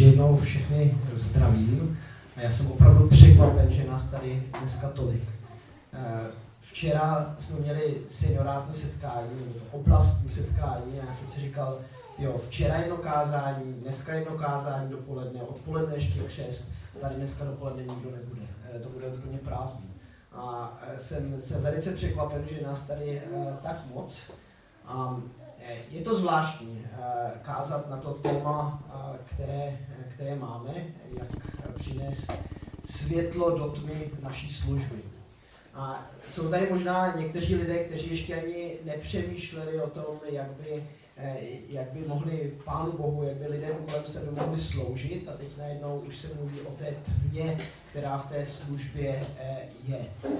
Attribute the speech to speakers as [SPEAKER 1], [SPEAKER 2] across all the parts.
[SPEAKER 1] jednou všechny zdravím a já jsem opravdu překvapen, že nás tady dneska tolik. Včera jsme měli seniorátní setkání, oblastní setkání a já jsem si říkal, jo, včera jedno kázání, dneska jedno kázání dopoledne, odpoledne ještě křest, tady dneska dopoledne nikdo nebude, to bude úplně prázdný. A jsem velice překvapen, že nás tady tak moc. Je to zvláštní kázat na to téma, které máme, jak přinést světlo do tmy naší služby. A jsou tady možná někteří lidé, kteří ještě ani nepřemýšleli o tom, jak by mohli Pánu Bohu, jak by lidem kolem sebe mohli sloužit. A teď najednou už se mluví o té tmě, která v té službě je.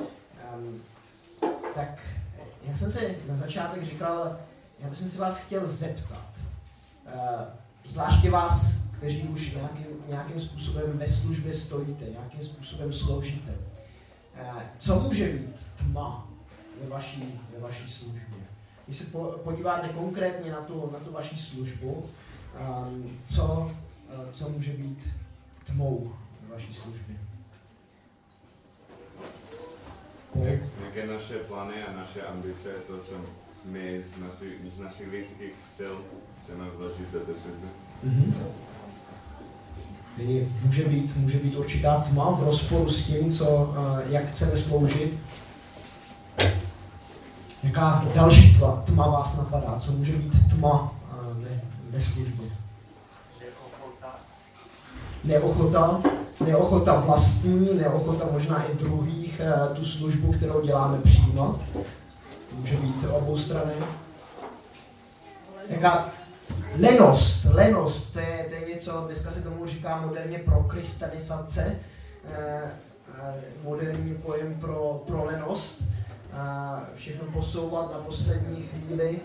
[SPEAKER 1] Tak já jsem se na začátek říkal, já bych se vás chtěl zeptat, zvláště vás, kteří už nějakým způsobem ve službě stojíte, nějakým způsobem sloužíte. Co může být tma ve vaší službě? Když se podíváte konkrétně na tu vaši službu, co může být tmou ve vaší službě?
[SPEAKER 2] Jaké naše plány a naše ambice, to, co my z našich lidských sil chceme vložit do té služby.
[SPEAKER 1] Může být určitá tma v rozporu s tím, jak chceme sloužit. Jaká další tma vás napadá? Co může být tma ve službě? Neochota vlastní, neochota možná i druhých tu službu, kterou děláme přijímat. Může být obou strany. Jaká lenost, to je něco, dneska se tomu říká moderně prokrystalizace, moderní pojem pro lenost, všechno posouvat na poslední chvíli.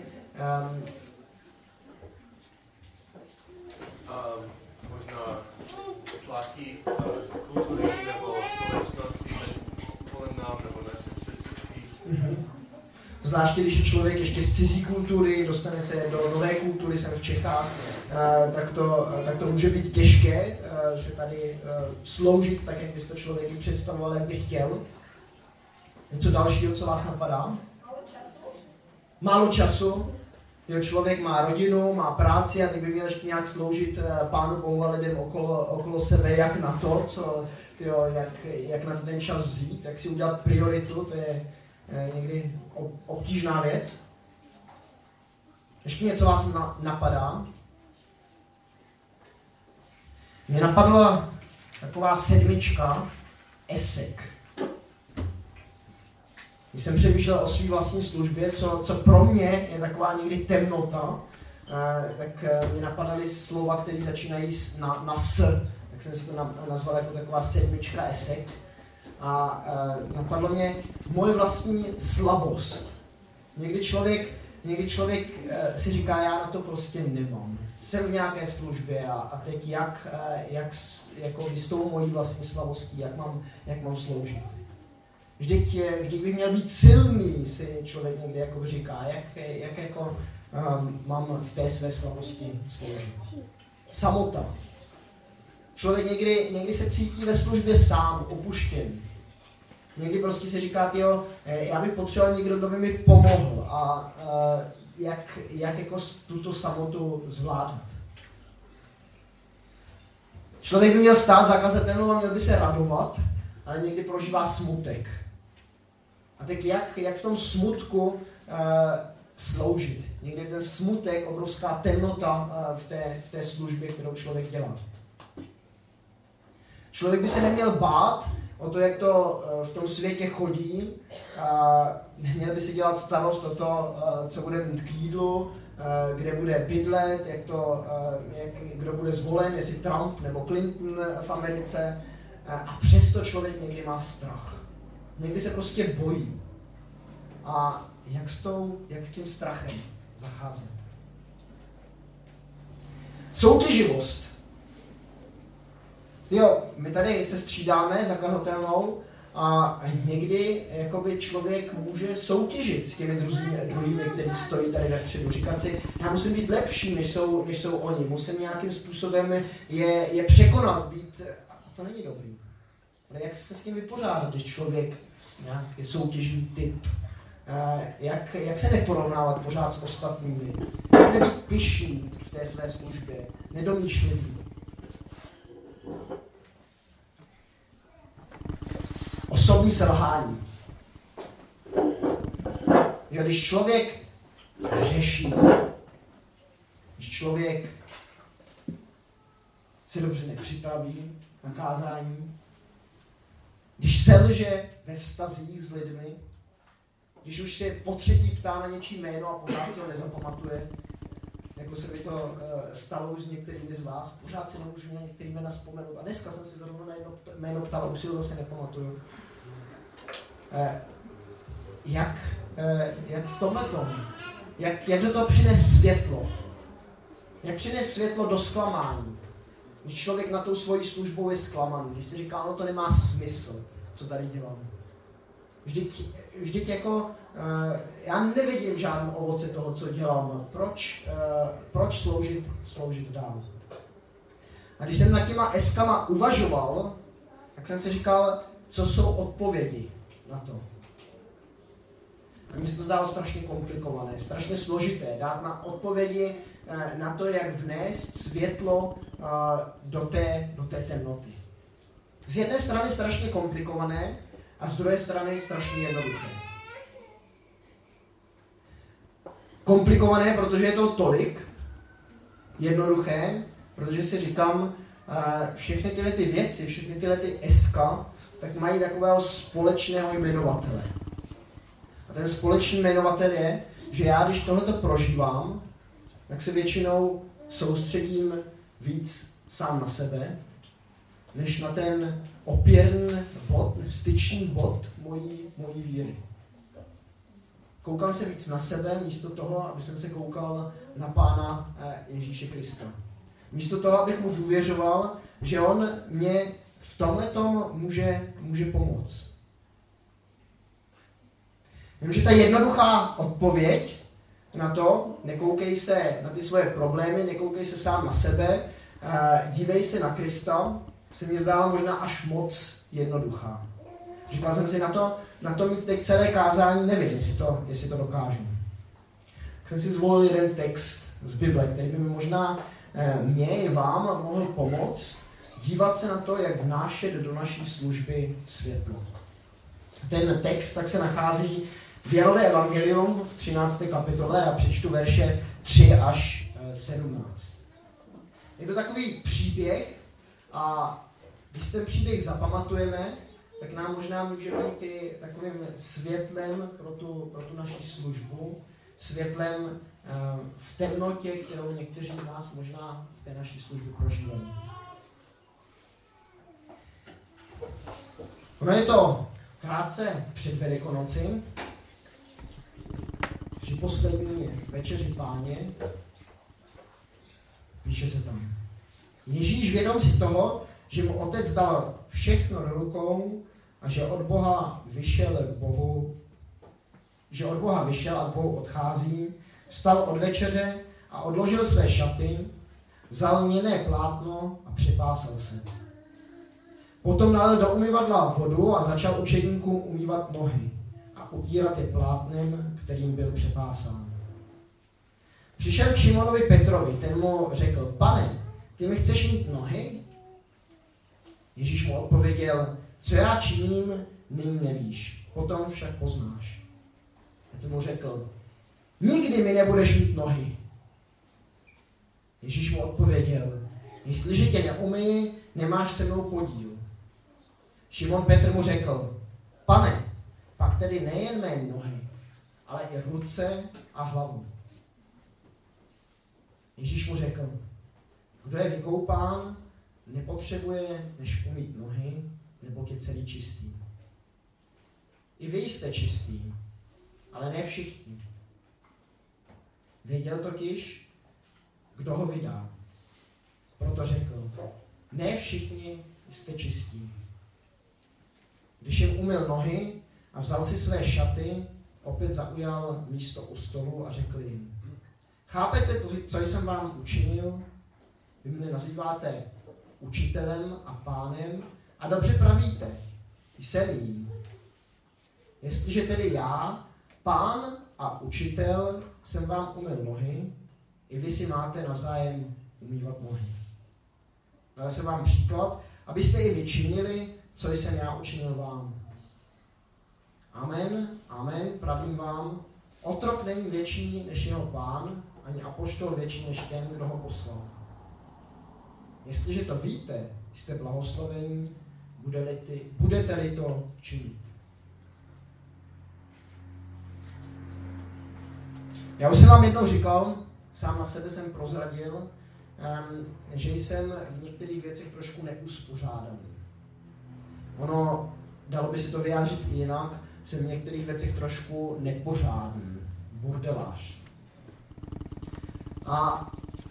[SPEAKER 3] Možná tlaky z kultury nebo společnosti kolem nám nebo naše předsudky.
[SPEAKER 1] Zvláště když je člověk ještě z cizí kultury, dostane se do nové kultury, jsem v Čechách, tak to může být těžké se tady sloužit tak, jak by to člověk i představoval, jak by chtěl. Něco dalšího, co vás napadá? Málo času. Člověk má rodinu, má práci a teď by měl ještě nějak sloužit Pánu Bohu a lidem okolo sebe, jak na to, jak na to ten čas vzít, jak si udělat prioritu, to je někdy obtížná věc. Ještě něco vás napadá? Mě napadla taková 7, esek. Když jsem přemýšlel o své vlastní službě, co pro mě je taková někdy temnota, tak mě napadaly slova, které začínají na s, tak jsem si to nazval jako taková 7 esek. A napadlo mě moje vlastní slabost. Někdy člověk si říká, já na to prostě nemám. Jsem v nějaké službě a teď jako s tou mojí vlastní slabostí, jak mám sloužit. Vždyť bych měl být silný, si člověk někdy jako říká, jak jako mám v té své slabosti sloužit. Samota. Člověk někdy se cítí ve službě sám, opuštěn. Někdy prostě se říká, já bych potřeboval někdo, kdo by mi pomohl a jak jako tuto samotu zvládat. Člověk by měl stát za kazatelnou a měl by se radovat, ale někdy prožívá smutek. A tak jak v tom smutku sloužit? Někdy ten smutek, obrovská temnota v té službě, kterou člověk dělá. Člověk by se neměl bát o to, jak to v tom světě chodí. Neměl by si dělat starost o to, co bude mít k jídlu, kde bude bydlet, kdo bude zvolen, jestli Trump nebo Clinton v Americe. A přesto člověk někdy má strach. Někdy se prostě bojí. A jak s tím strachem zacházet? Soutěživost. My tady se střídáme za kazatelnou a někdy jakoby člověk může soutěžit s těmi druhými, kteří stojí tady vepředu. Říkat si, já musím být lepší, než jsou oni. Musím nějakým způsobem je překonat, být... A to není dobrý. Ale jak se s tím vypořádat, když člověk je soutěžný typ? Jak se neporovnávat pořád s ostatními? Jak nebýt pyšný v té své službě? Nedomýšlivý? Osobní selhání. Jo, když člověk řeší, když člověk se dobře nepřipraví na kázání, když selže ve vztazích s lidmi, když už se po třetí ptá na něčí jméno a pořád si ho nezapamatuje, jako se mi to stalo už s některými z vás, pořád si nemůžu na některý jména vzpomenout. A dneska jsem si zrovna na jedno jméno ptal, už si ho zase nepamatuju. Jak v tomhle tomu? Jak do toho přines světlo? Jak přines světlo do zklamání? Když člověk na tou svojí službou je zklamaný, když si říká, no to nemá smysl, co tady dělám. Vždyť jako, já nevidím žádnou ovoce toho, co dělám. Proč sloužit dál? A když jsem nad těma eskama uvažoval, tak jsem si říkal, co jsou odpovědi na to. A mně se to zdálo strašně komplikované, strašně složité, dát na odpovědi na to, jak vnést světlo do té temnoty. Z jedné strany strašně komplikované a z druhé strany strašně jednoduché. Komplikované, protože je to tolik, jednoduché, protože si říkám, všechny tyhle ty věci, všechny tyhle ty eska, tak mají takového společného jmenovatele. A ten společný jmenovatel je, že já, když tohleto prožívám, tak se většinou soustředím víc sám na sebe, než na ten opěrný bod, styčný bod mojí víry. Koukám se víc na sebe, místo toho, aby jsem se koukal na Pána Ježíše Krista. Místo toho, abych mu důvěřoval, že on mě v tomhletom může pomoct. Vím, že ta jednoduchá odpověď na to, nekoukej se na ty svoje problémy, nekoukej se sám na sebe, dívej se na Krista, se mi zdála možná až moc jednoduchá. Říkal jsem si na to mít teď celé kázání, nevím, jestli to dokážu. Tak jsem si zvolil jeden text z Bible, který by mi možná mě i vám mohl pomoct dívat se na to, jak vnášet do naší služby světlo. Ten text tak se nachází v Janové evangelium v 13. kapitole a přečtu verše 3 až 17. Je to takový příběh a když ten příběh zapamatujeme, tak nám možná může být i takovým světlem pro tu naši službu, světlem v temnotě, kterou někteří z nás možná v té naší službě prožívají. Ono je to krátce před Velikonoci, při poslední večeři Páně, píše se tam. Ježíš vědom si toho, že mu Otec dal všechno do rukou a že od Boha vyšel a k Bohu odchází, vstal od večeře a odložil své šaty, vzal lněné plátno a přepásal se. Potom nalil do umyvadla vodu a začal učedníkům umývat nohy a utírat je plátnem, kterým byl přepásán. Přišel k Šimonovi Petrovi, ten mu řekl, Pane, ty mi chceš mít nohy? Ježíš mu odpověděl, co já činím, nyní nevíš, potom však poznáš. A ten mu řekl, nikdy mi nebudeš mít nohy. Ježíš mu odpověděl, jestliže tě neumyji, nemáš se mnou podíl. Šimon Petr mu řekl, Pane, pak tedy nejen mé nohy, ale i ruce a hlavu. Ježíš mu řekl, kdo je vykoupán, nepotřebuje než umýt nohy, nebo je celý čistý. I vy jste čistý, ale ne všichni. Věděl totiž, kdo ho vydá. Proto řekl, ne všichni jste čistí. Když jim umyl nohy a vzal si své šaty, opět zaujal místo u stolu a řekl jim: chápete to, co jsem vám učinil? Vy mne nazýváte učitelem a pánem a dobře pravíte, jsem jím. Jestliže tedy já, pán a učitel, jsem vám umyl nohy, i vy si máte navzájem umývat nohy. Dal jsem vám příklad, abyste i vy činili, co jsem já učinil vám. Amen, amen, pravím vám, otrok není větší než jeho pán, ani apoštol větší než ten, kdo ho poslal. Jestliže to víte, jste blahoslavení, budete-li to činit. Já už jsem vám jednou říkal, sám na sebe jsem prozradil, že jsem v některých věcech trošku neuspořádaný. Ono, dalo by se to vyjádřit i jinak, jsem v některých věcech trošku nepořádný, bordelář. A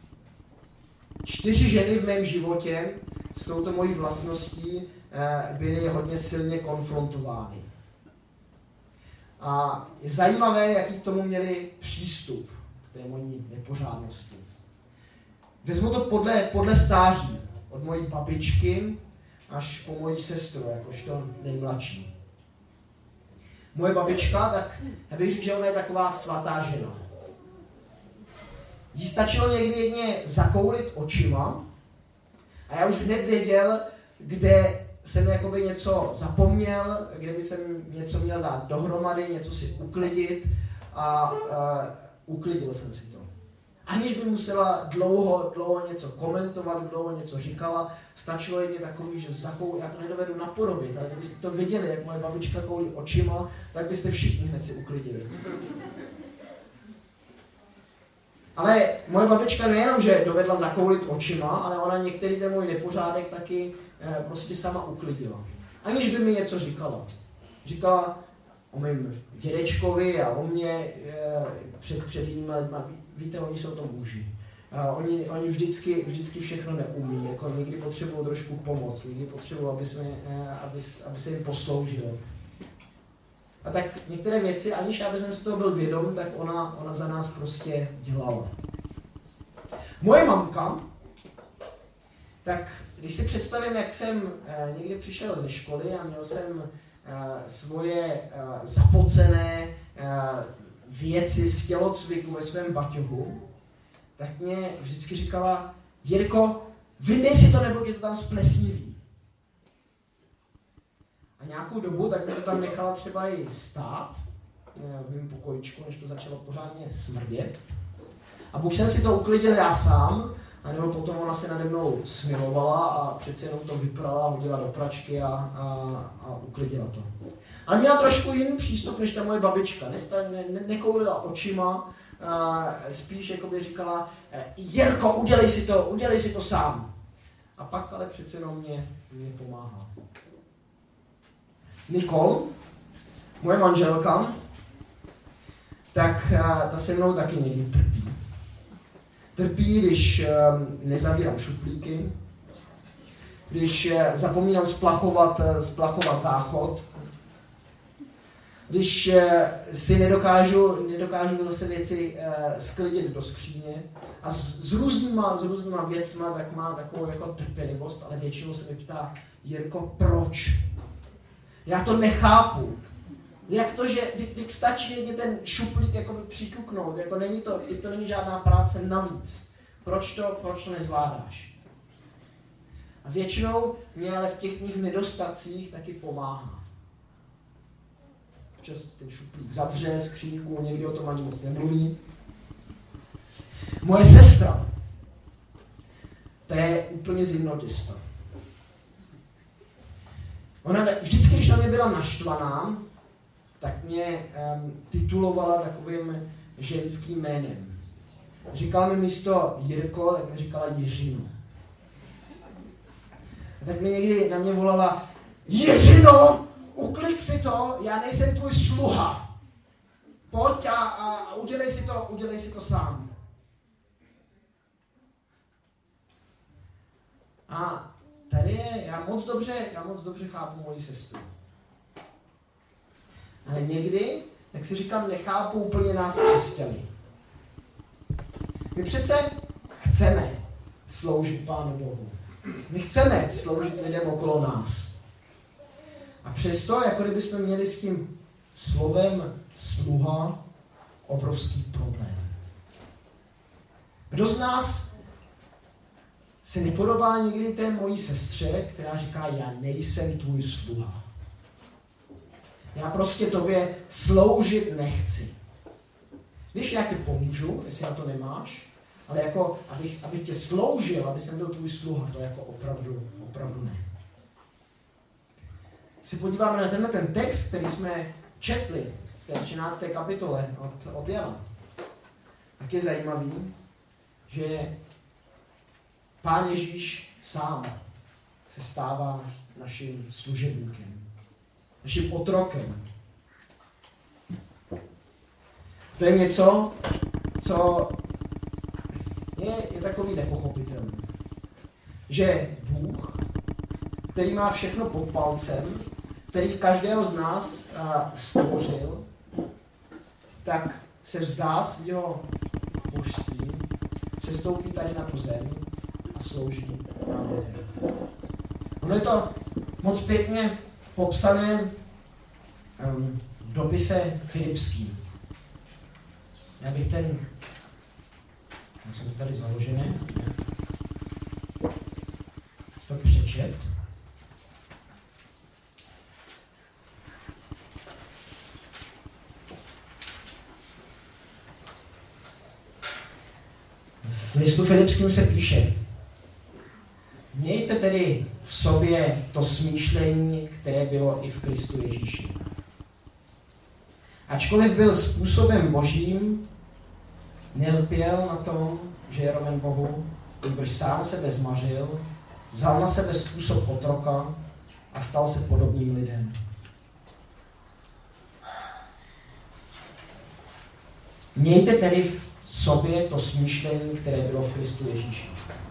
[SPEAKER 1] 4 ženy v mém životě s touto mojí vlastností byly hodně silně konfrontovány. A je zajímavé, jaký k tomu měli přístup, k té mojí nepořádnosti. Vezmu to podle stáří, od mojí babičky až po moji sestru, jakožto nejmladší. Moje babička, tak já bych říct, že ona je taková svatá žena. Jí stačilo někdy jedně zakoulit očima a já už hned věděl, kde jsem jakoby něco zapomněl, kde by jsem něco měl dát dohromady, něco si uklidit a uklidil jsem si to. Aniž by musela dlouho něco komentovat, dlouho něco říkala, stačilo jedně takový, že já to nedovedu napodobit, ale kdybyste to viděli, jak moje babička koulí očima, tak byste všichni hned si uklidili. Ale moje babička nejenom, že dovedla zakoulit očima, ale ona některý ten můj nepořádek taky prostě sama uklidila. Aniž by mi něco říkala. Říkala o mém dědečkovi a o mě před jinými lidma. Víte, oni jsou to muži. Oni vždycky všechno neumí. Jako někdy potřebují trošku pomoc, někdy potřebují, aby se jim posloužil. A tak některé věci, aniž já bych z toho byl vědom, tak ona za nás prostě dělala. Moje mamka, tak když si představím, jak jsem někdy přišel ze školy a měl jsem svoje zapocené věci z tělocviku ve svém baťohu, tak mě vždycky říkala: Jirko, vyndej si to, nebo tě to tam splesniví. A nějakou dobu, tak mě to tam nechala třeba i stát v mém pokojičku, než to začalo pořádně smrdět. A buď jsem si to uklidil já sám, anebo potom ona se nade mnou smilovala a přeci jenom to vyprala, hodila do pračky a uklidila to. Ale měla trošku jiný přístup než ta moje babička. Nekoulila očima, spíš jakoby říkala: Jirko, udělej si to sám. A pak ale přeci jenom mě pomáhala. Nikol, moje manželka, tak ta se mnou taky někdy trpí. Trpí, když nezavírám šuplíky, když zapomínám splachovat záchod, když si nedokážu zase věci sklidit do skříně a s různýma věcma tak má takovou jako trpělivost, ale většinou se mi ptá: Jirko, proč? Já to nechápu. Jak to, že když stačí někdy ten šuplík jakoby přituknout, jako to není žádná práce navíc. Proč to nezvládáš? A většinou mě ale v těch mých nedostatcích taky pomáhá. Občas ten šuplík zavře skřínku, někdy o tom ani moc nemluví. Moje sestra, to je úplně z jednoho těsta. Ona vždycky, když na mě byla naštvaná, tak mě titulovala takovým ženským jménem. Říkala mi místo Jirko, tak mi říkala Jiřino. A tak mi někdy na mě volala: Jiřino, uklid si to, já nejsem tvůj sluha. Pojď a udělej si to sám. A tady já moc dobře chápu moji sestru. Ale někdy, tak si říkám, nechápu úplně nás křesťany. My přece chceme sloužit Pánu Bohu. My chceme sloužit lidem okolo nás. A přesto, jako kdybychom měli s tím slovem sluha obrovský problém. Kdo z nás se nepodobá někdy té mojí sestře, která říká, já nejsem tvůj sluha. Já prostě tobě sloužit nechci. Když já ti pomůžu, jestli na to nemáš, ale jako, abych tě sloužil, aby jsem byl tvůj sluha, to jako opravdu ne. Se podíváme na ten text, který jsme četli v té 13. kapitole od Jana, tak je zajímavý, že Pán Ježíš sám se stává naším služebníkem, naším otrokem. To je něco, co je takový nepochopitelný. Že Bůh, který má všechno pod palcem, který každého z nás stvořil, tak se vzdá svého božství, se stoupí tady na tu zem a slouží nám lidem. Ono je to moc pěkně popsané v dopise Filipským. Já jsem to tady založené, to přečet. V listu Filipským se píše: Mějte tedy v sobě to smýšlení, které bylo i v Kristu Ježíši. Ačkoliv byl způsobem božím, nelpěl na tom, že je roven Bohu, nýbrž sám sebe zmařil, vzal na sebe způsob otroka a stal se podobným lidem. Mějte tedy v sobě to smýšlení, které bylo v Kristu Ježíši.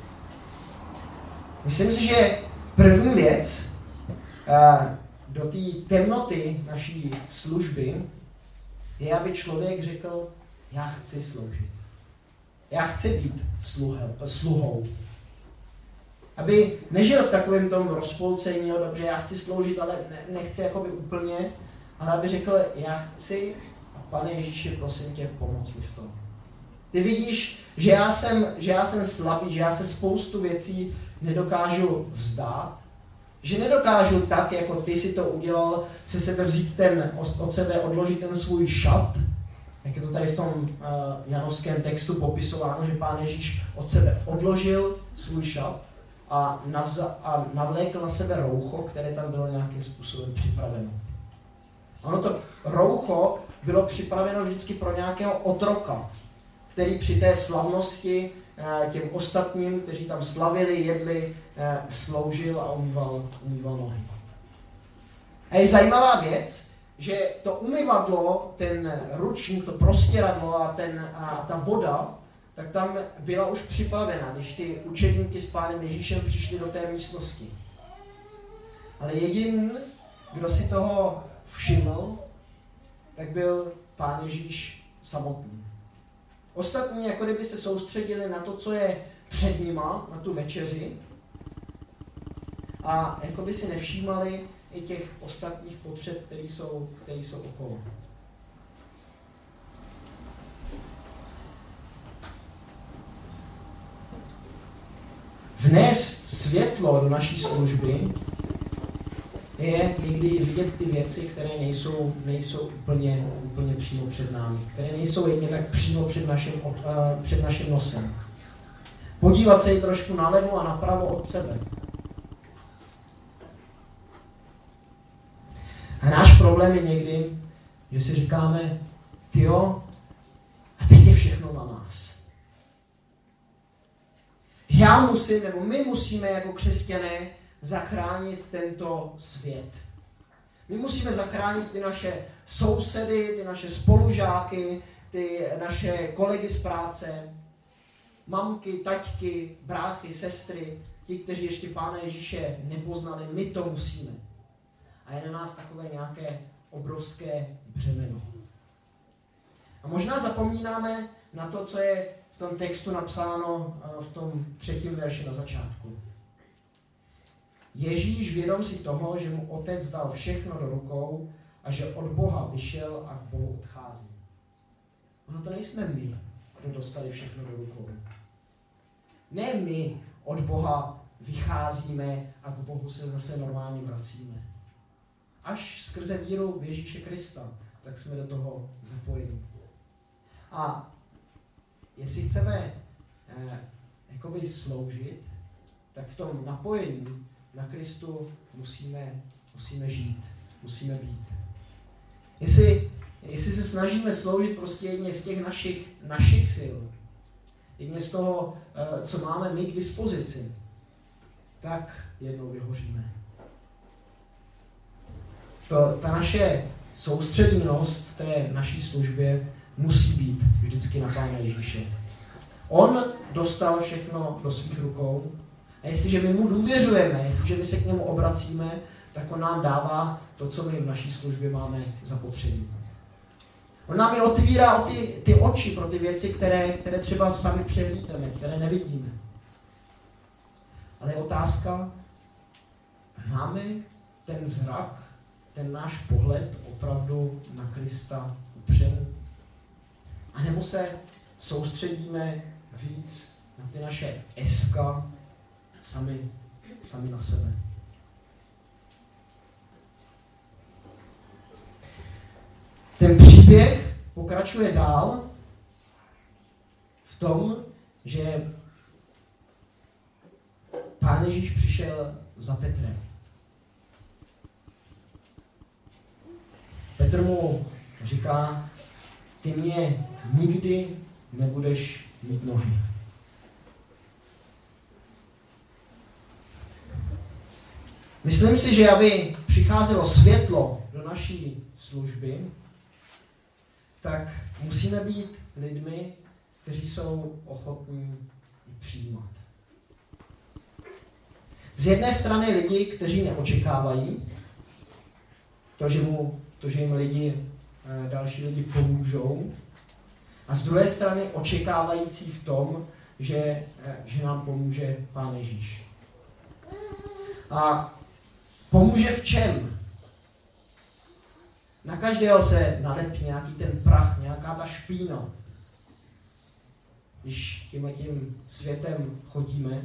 [SPEAKER 1] Myslím si, že první věc do té temnoty naší služby je, aby člověk řekl, já chci sloužit. Já chci být sluhou. Aby nežil v takovém tom rozpolcení, dobře, já chci sloužit, ale nechci jakoby úplně, ale aby řekl, já chci a Pane Ježíši, prosím tě, pomoc mi v tom. Ty vidíš, že já jsem slabý, že já se spoustu věcí nedokážu vzdát, že nedokážu tak, jako ty si to udělal, se sebe vzít od sebe odložit ten svůj šat, jak je to tady v tom janovském textu popisováno, že Pán Ježíš od sebe odložil svůj šat a navlékl na sebe roucho, které tam bylo nějakým způsobem připraveno. Ono to roucho bylo připraveno vždycky pro nějakého otroka, který při té slavnosti těm ostatním, kteří tam slavili, jedli, sloužil a umýval nohy. A je zajímavá věc, že to umyvadlo, ten ručník, to prostěradlo a ta voda, tak tam byla už připravena, když ty učedníky s Pánem Ježíšem přišli do té místnosti. Ale jediný, kdo si toho všiml, tak byl Pán Ježíš samotný. Ostatní, jako kdyby se soustředili na to, co je před nima, na tu večeři, a jako by si nevšímali i těch ostatních potřeb, které jsou okolo. Vnést světlo do naší služby je někdy vidět ty věci, které nejsou úplně přímo před námi, které nejsou jedně tak přímo před naším nosem. Podívat se i trošku nalevo a napravo od sebe. A náš problém je někdy, že si říkáme, tyjo, a teď je všechno na nás. My musíme jako křesťané zachránit tento svět. My musíme zachránit ty naše sousedy, ty naše spolužáky, ty naše kolegy z práce, mamky, taťky, bráchy, sestry, ti, kteří ještě Pána Ježíše nepoznali, my to musíme. A je na nás takové nějaké obrovské břemeno. A možná zapomínáme na to, co je v tom textu napsáno v tom 3. verši na začátku. Ježíš, vědom si toho, že mu Otec dal všechno do rukou a že od Boha vyšel a k Bohu odchází. Ono to nejsme my, kdo dostali všechno do rukou. Ne my od Boha vycházíme a k Bohu se zase normálně vracíme. Až skrze víru v Ježíše Krista, tak jsme do toho zapojeni. A jestli chceme jakoby sloužit, tak v tom napojení na Kristu musíme žít, musíme být. Jestli se snažíme sloužit prostě jedně z těch našich sil, jedně z toho, co máme my k dispozici, tak jednou vyhoříme. Ta naše soustředěnost v té naší službě musí být vždycky na Pána Ježíše. On dostal všechno do svých rukou a jestliže my mu důvěřujeme, jestliže my se k němu obracíme, tak on nám dává to, co my v naší službě máme zapotřebí. On nám je otvírá ty oči pro ty věci, které třeba sami přehlídneme, které nevidíme. Ale je otázka, máme ten zrak, ten náš pohled opravdu na Krista upřený? A nebo se soustředíme víc na ty naše eska sami na sebe? Ten příběh pokračuje dál v tom, že Pán Ježíš přišel za Petrem. Petr mu říká, ty mě nikdy nebudeš mít nohy. Myslím si, že aby přicházelo světlo do naší služby, tak musíme být lidmi, kteří jsou ochotní přijímat. Z jedné strany lidi, kteří neočekávají to, že jim další lidi pomůžou, a z druhé strany očekávající v tom, že nám pomůže Pán Ježíš. A pomůže v čem? Na každého se nalepí nějaký ten prach, nějaká ta špína. Když tím světem chodíme.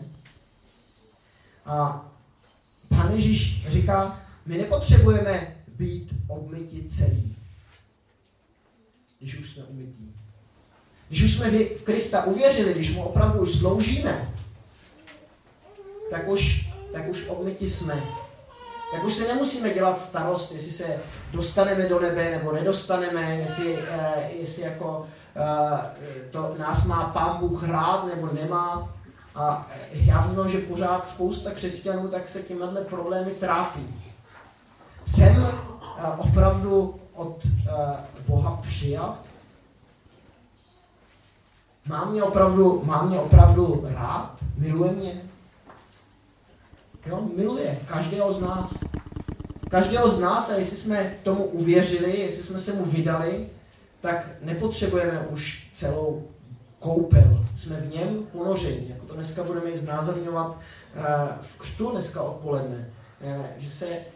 [SPEAKER 1] A Pán Ježíš říká, my nepotřebujeme být obmyti celý, když už jsme umytí. Když už jsme v Krista uvěřili, když mu opravdu už sloužíme, tak už obmyti jsme. Tak už se nemusíme dělat starost, jestli se dostaneme do nebe nebo nedostaneme, jestli jako to nás má Pán Bůh rád nebo nemá. A já vím, že pořád spousta křesťanů tak se těmhle problémy trápí. Jsem opravdu od Boha přijat? Má mě opravdu rád? Miluje mě? Jo, miluje každého z nás. Každého z nás, a jestli jsme tomu uvěřili, jestli jsme se mu vydali, tak nepotřebujeme už celou koupel. Jsme v něm ponořeni. Jako to dneska budeme znázorňovat v křtu dneska odpoledne. Že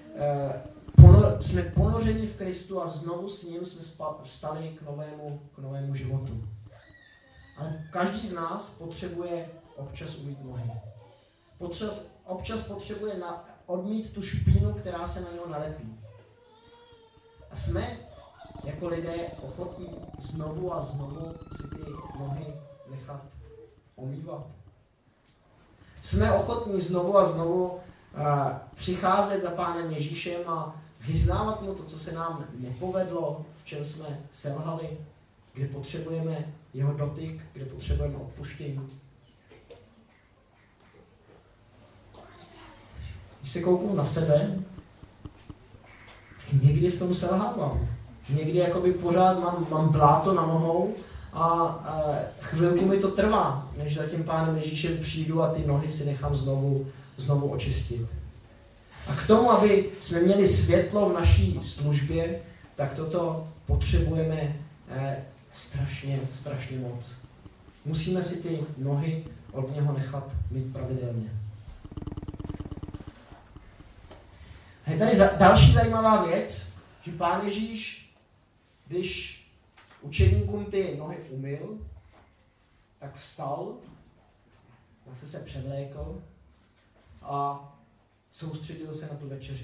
[SPEAKER 1] jsme ponořeni v Kristu a znovu s ním jsme vstali k novému životu. Ale každý z nás potřebuje občas umýt nohy. Občas potřebuje odmít tu špínu, která se na něho nalepí. A jsme jako lidé ochotní znovu a znovu si ty nohy nechat omývat. Jsme ochotní znovu a znovu přicházet za Pánem Ježíšem a vyznávat mu to, co se nám nepovedlo, v čem jsme selhali, kde potřebujeme jeho dotyk, kde potřebujeme odpuštění. Když se kouknu na sebe, někdy v tom selhávám. Někdy jakoby pořád mám bláto na nohou a chvilku mi to trvá, než za tím Pánem Ježíšem přijdu a ty nohy si nechám znovu očistit. A k tomu, aby jsme měli světlo v naší službě, tak toto potřebujeme strašně moc. Musíme si ty nohy od něho nechat mít pravidelně. A je tady další zajímavá věc, že Pán Ježíš, když učedníkům ty nohy umyl, tak vstal, zase se převlékl a soustředil se na tu večeři.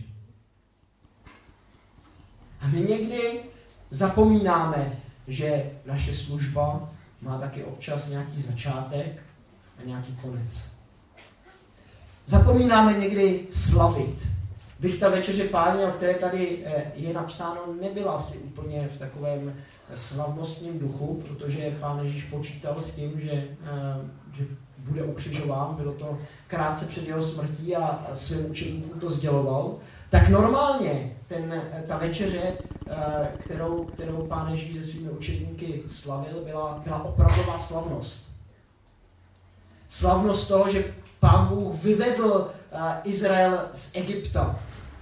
[SPEAKER 1] A my někdy zapomínáme, že naše služba má taky občas nějaký začátek a nějaký konec. Zapomínáme někdy slavit. Bych ta večeře Páně, o které tady je napsáno, nebyla asi úplně v takovém slavnostním duchu, protože Pán Ježíš počítal s tím, že bude ukřižován, bylo to krátce před jeho smrtí a svým učeníkům to sděloval. Tak normálně ta večeře, kterou Pán Ježíš se svými učedníky slavil, byla opravdová slavnost. Slavnost toho, že Pán Bůh vyvedl Izrael z Egypta.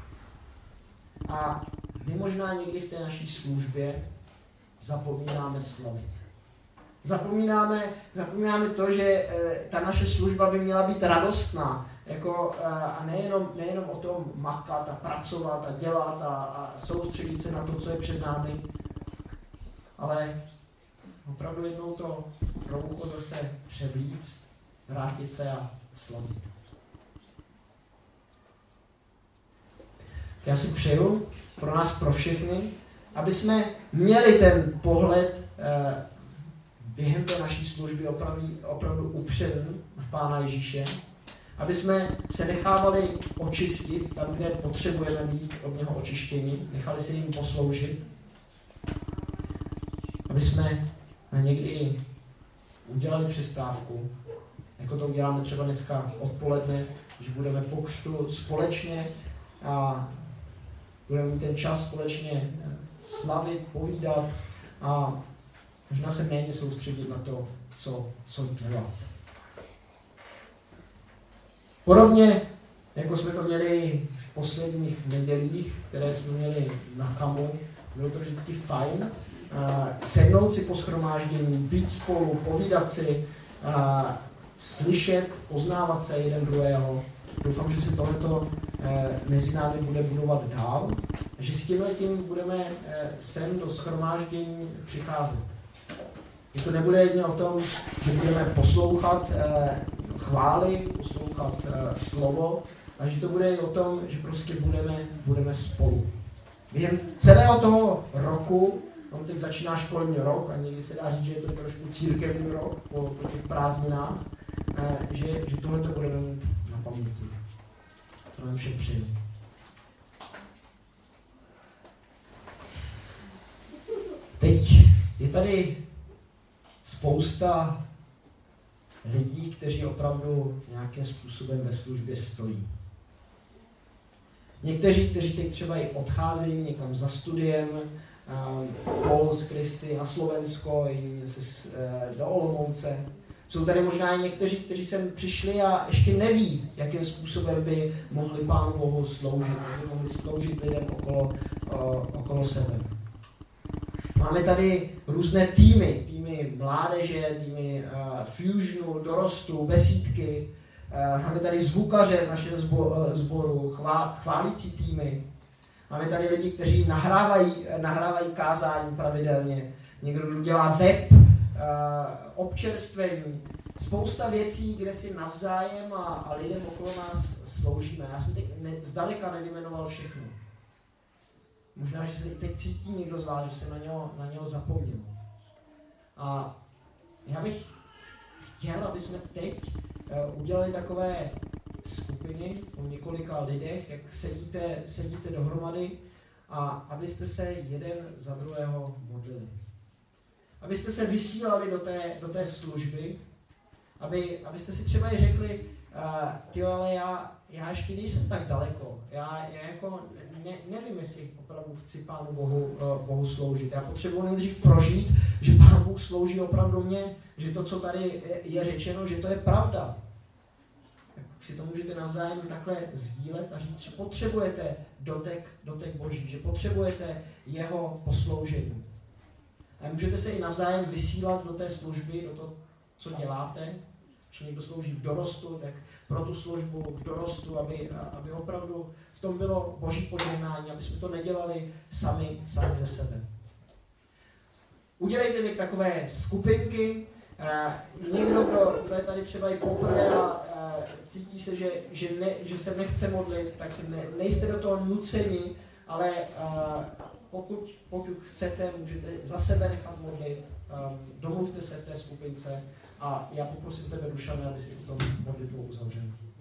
[SPEAKER 1] A my možná někdy v té naší službě zapomínáme slavit. Zapomínáme to, že ta naše služba by měla být radostná. A nejenom o tom makat a pracovat a dělat a soustředit se na to, co je před námi, ale opravdu jednou to roucho zase převlíct, vrátit se a slavit. Já si přeju pro nás, pro všechny, aby jsme měli ten pohled během té naší služby opravdu upřen na Pána Ježíše, aby jsme se nechávali očistit tam, kde potřebujeme být od něho očištěni, nechali se jim posloužit, aby jsme někdy udělali přestávku, jako to uděláme třeba dneska odpoledne, že budeme po křtu společně a budeme mít ten čas společně slavit, povídat a možná se méně soustředit na to, co dělat. Podobně, jako jsme to měli v posledních nedělích, které jsme měli na Kamu, bylo to vždycky fajn, sednout si po shromáždění, být spolu, povídat si, slyšet, poznávat se jeden druhého. Doufám, že se tohleto mezi námi bude budovat dál, že s tímhletím budeme sem do shromáždění přicházet. Že to nebude jedně o tom, že budeme poslouchat chvály, poslouchat slovo, a že to bude o tom, že prostě budeme spolu. Během celého toho roku, on teď začíná školní rok a někdy se dá říct, že je to trošku církevní rok po těch prázdninách, že tohle to budeme mít na paměti. To nám všem přeju. Teď je tady spousta lidí, kteří opravdu nějakým způsobem ve službě stojí. Někteří, kteří teď třeba i odcházejí někam za studiem, Pol z Kristy na Slovensko, do Olomouce. Jsou tady možná i někteří, kteří sem přišli a ještě neví, jakým způsobem by mohli Pánu Bohu sloužit, by mohli sloužit lidem okolo sebe. Máme tady různé týmy mládeže, týmy fusionu, dorostu, besídky. Máme tady zvukaře v našem sboru, chválící týmy. Máme tady lidi, kteří nahrávají kázání pravidelně. Někdo, kdo dělá web, občerstvení. Spousta věcí, kde si navzájem a lidem okolo nás sloužíme. Já jsem teď zdaleka nevyjmenoval všechno. Možná, že se teď cítí někdo z vás, že se na něho zapomněl. A já bych chtěl, aby jsme teď udělali takové skupiny o několika lidech, jak sedíte dohromady a abyste se jeden za druhého modlili. Abyste se vysílali do té služby, abyste si třeba i řekli, ale já ještě nejsem tak daleko. Já jako nevím, jestli opravdu chci Pánu Bohu sloužit. Já potřebuji nejdřív prožít, že Pán Bůh slouží opravdu mě, že to, co tady je řečeno, že to je pravda. si to můžete navzájem takhle sdílet a říct, že potřebujete dotek Boží, že potřebujete jeho posloužení. A můžete se i navzájem vysílat do té služby, do toho, co děláte. Když někdo slouží v dorostu, tak pro tu službu v dorostu, aby opravdu v tom bylo Boží požehnání, aby jsme to nedělali sami ze sebe. Udělejte teď takové skupinky. Někdo, kdo je tady třeba i poprvé a cítí se, že se nechce modlit, tak nejste do toho nuceni, ale pokud chcete, můžete za sebe nechat modlit, domluvte se v té skupince a já poprosím tebe, Dušane, aby si tu modlitbu uzavřel.